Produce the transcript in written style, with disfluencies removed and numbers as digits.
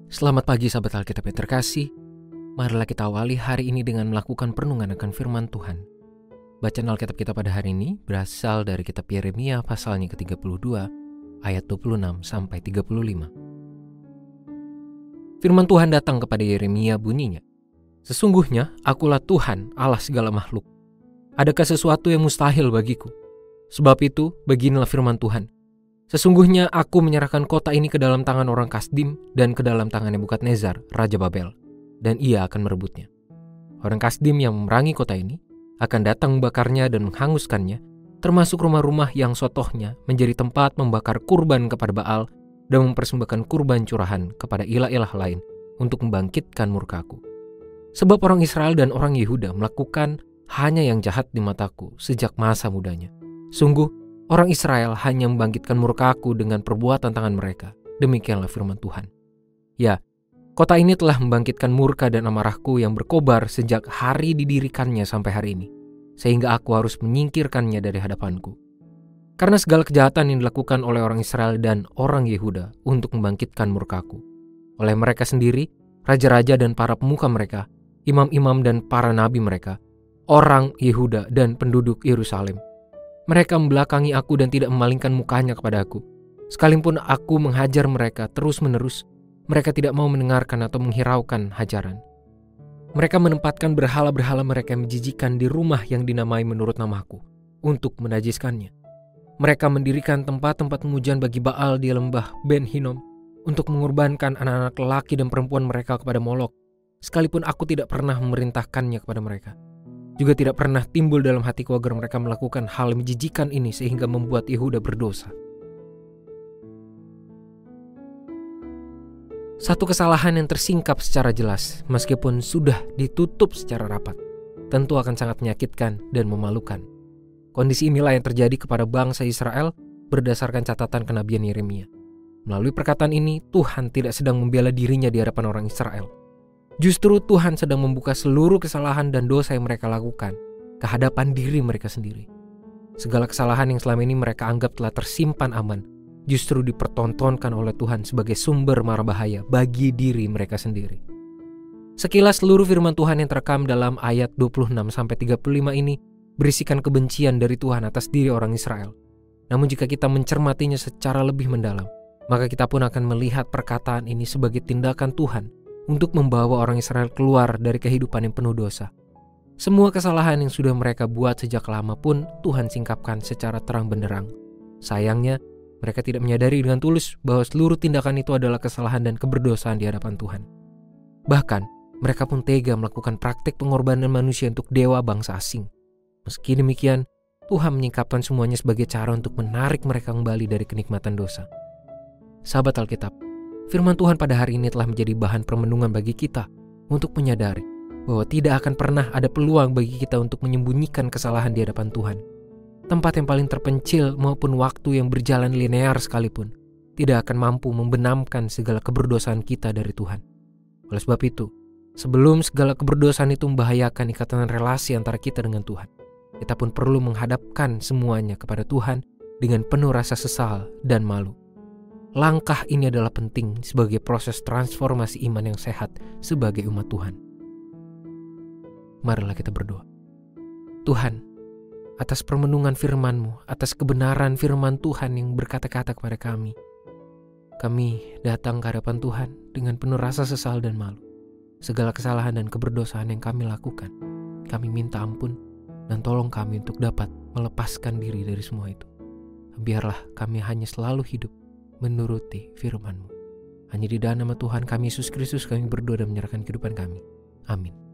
Selamat pagi sahabat Alkitab yang terkasih. Marilah kita awali hari ini dengan melakukan perenungan akan firman Tuhan. Bacaan Alkitab kita pada hari ini berasal dari kitab Yeremia pasalnya ke-32 ayat 26 sampai 35. Firman Tuhan datang kepada Yeremia bunyinya, "Sesungguhnya akulah Tuhan Allah segala makhluk. Adakah sesuatu yang mustahil bagiku? Sebab itu beginilah firman Tuhan. Sesungguhnya aku menyerahkan kota ini ke dalam tangan orang Kasdim dan ke dalam tangan Nebukadnezar, Raja Babel, dan ia akan merebutnya. Orang Kasdim yang memerangi kota ini akan datang membakarnya dan menghanguskannya, termasuk rumah-rumah yang sotohnya menjadi tempat membakar kurban kepada Baal dan mempersembahkan kurban curahan kepada ilah-ilah lain untuk membangkitkan murkaku. Sebab orang Israel dan orang Yehuda melakukan hanya yang jahat di mataku sejak masa mudanya. Sungguh, orang Israel hanya membangkitkan murkaku dengan perbuatan tangan mereka. Demikianlah firman Tuhan. Ya, kota ini telah membangkitkan murka dan amarahku yang berkobar sejak hari didirikannya sampai hari ini, sehingga aku harus menyingkirkannya dari hadapanku. Karena segala kejahatan yang dilakukan oleh orang Israel dan orang Yehuda untuk membangkitkan murkaku. Oleh mereka sendiri, raja-raja dan para pemuka mereka, imam-imam dan para nabi mereka, orang Yehuda dan penduduk Yerusalem. Mereka membelakangi aku dan tidak memalingkan mukanya kepada aku. Sekalipun aku menghajar mereka terus-menerus, mereka tidak mau mendengarkan atau menghiraukan hajaran. Mereka menempatkan berhala-berhala mereka yang menjijikan di rumah yang dinamai menurut namaku, untuk menajiskannya. Mereka mendirikan tempat-tempat pemujaan bagi Baal di lembah Ben Hinnom, untuk mengorbankan anak-anak lelaki dan perempuan mereka kepada Molok, sekalipun aku tidak pernah memerintahkannya kepada mereka. Juga tidak pernah timbul dalam hatiku agar mereka melakukan hal menjijikan ini sehingga membuat Yehuda berdosa. Satu kesalahan yang tersingkap secara jelas, meskipun sudah ditutup secara rapat, tentu akan sangat menyakitkan dan memalukan. Kondisi inilah yang terjadi kepada bangsa Israel berdasarkan catatan kenabian Yeremia. Melalui perkataan ini, Tuhan tidak sedang membela dirinya di hadapan orang Israel. Justru Tuhan sedang membuka seluruh kesalahan dan dosa yang mereka lakukan ke hadapan diri mereka sendiri. Segala kesalahan yang selama ini mereka anggap telah tersimpan aman, justru dipertontonkan oleh Tuhan sebagai sumber mara bahaya bagi diri mereka sendiri. Sekilas seluruh firman Tuhan yang terekam dalam ayat 26-35 ini berisikan kebencian dari Tuhan atas diri orang Israel. Namun jika kita mencermatinya secara lebih mendalam, maka kita pun akan melihat perkataan ini sebagai tindakan Tuhan untuk membawa orang Israel keluar dari kehidupan yang penuh dosa. Semua kesalahan yang sudah mereka buat sejak lama pun Tuhan singkapkan secara terang benderang. Sayangnya, mereka tidak menyadari dengan tulus bahwa seluruh tindakan itu adalah kesalahan dan keberdosaan di hadapan Tuhan. Bahkan, mereka pun tega melakukan praktik pengorbanan manusia untuk dewa bangsa asing. Meski demikian, Tuhan menyingkapkan semuanya sebagai cara untuk menarik mereka kembali dari kenikmatan dosa. Sahabat Alkitab, firman Tuhan pada hari ini telah menjadi bahan permenungan bagi kita untuk menyadari bahwa tidak akan pernah ada peluang bagi kita untuk menyembunyikan kesalahan di hadapan Tuhan. Tempat yang paling terpencil maupun waktu yang berjalan linear sekalipun tidak akan mampu membenamkan segala keberdosaan kita dari Tuhan. Oleh sebab itu, sebelum segala keberdosaan itu membahayakan ikatan relasi antara kita dengan Tuhan, kita pun perlu menghadapkan semuanya kepada Tuhan dengan penuh rasa sesal dan malu. Langkah ini adalah penting sebagai proses transformasi iman yang sehat sebagai umat Tuhan. Marilah kita berdoa. Tuhan, atas permenungan firman-Mu, atas kebenaran firman Tuhan yang berkata-kata kepada kami datang ke hadapan Tuhan dengan penuh rasa sesal dan malu. Segala kesalahan dan keberdosaan yang kami lakukan, kami minta ampun dan tolong kami untuk dapat melepaskan diri dari semua itu. Biarlah kami hanya selalu hidup menuruti firman-Mu. Hanya di dalam nama Tuhan kami Yesus Kristus kami berdoa dan menyerahkan kehidupan kami. Amin.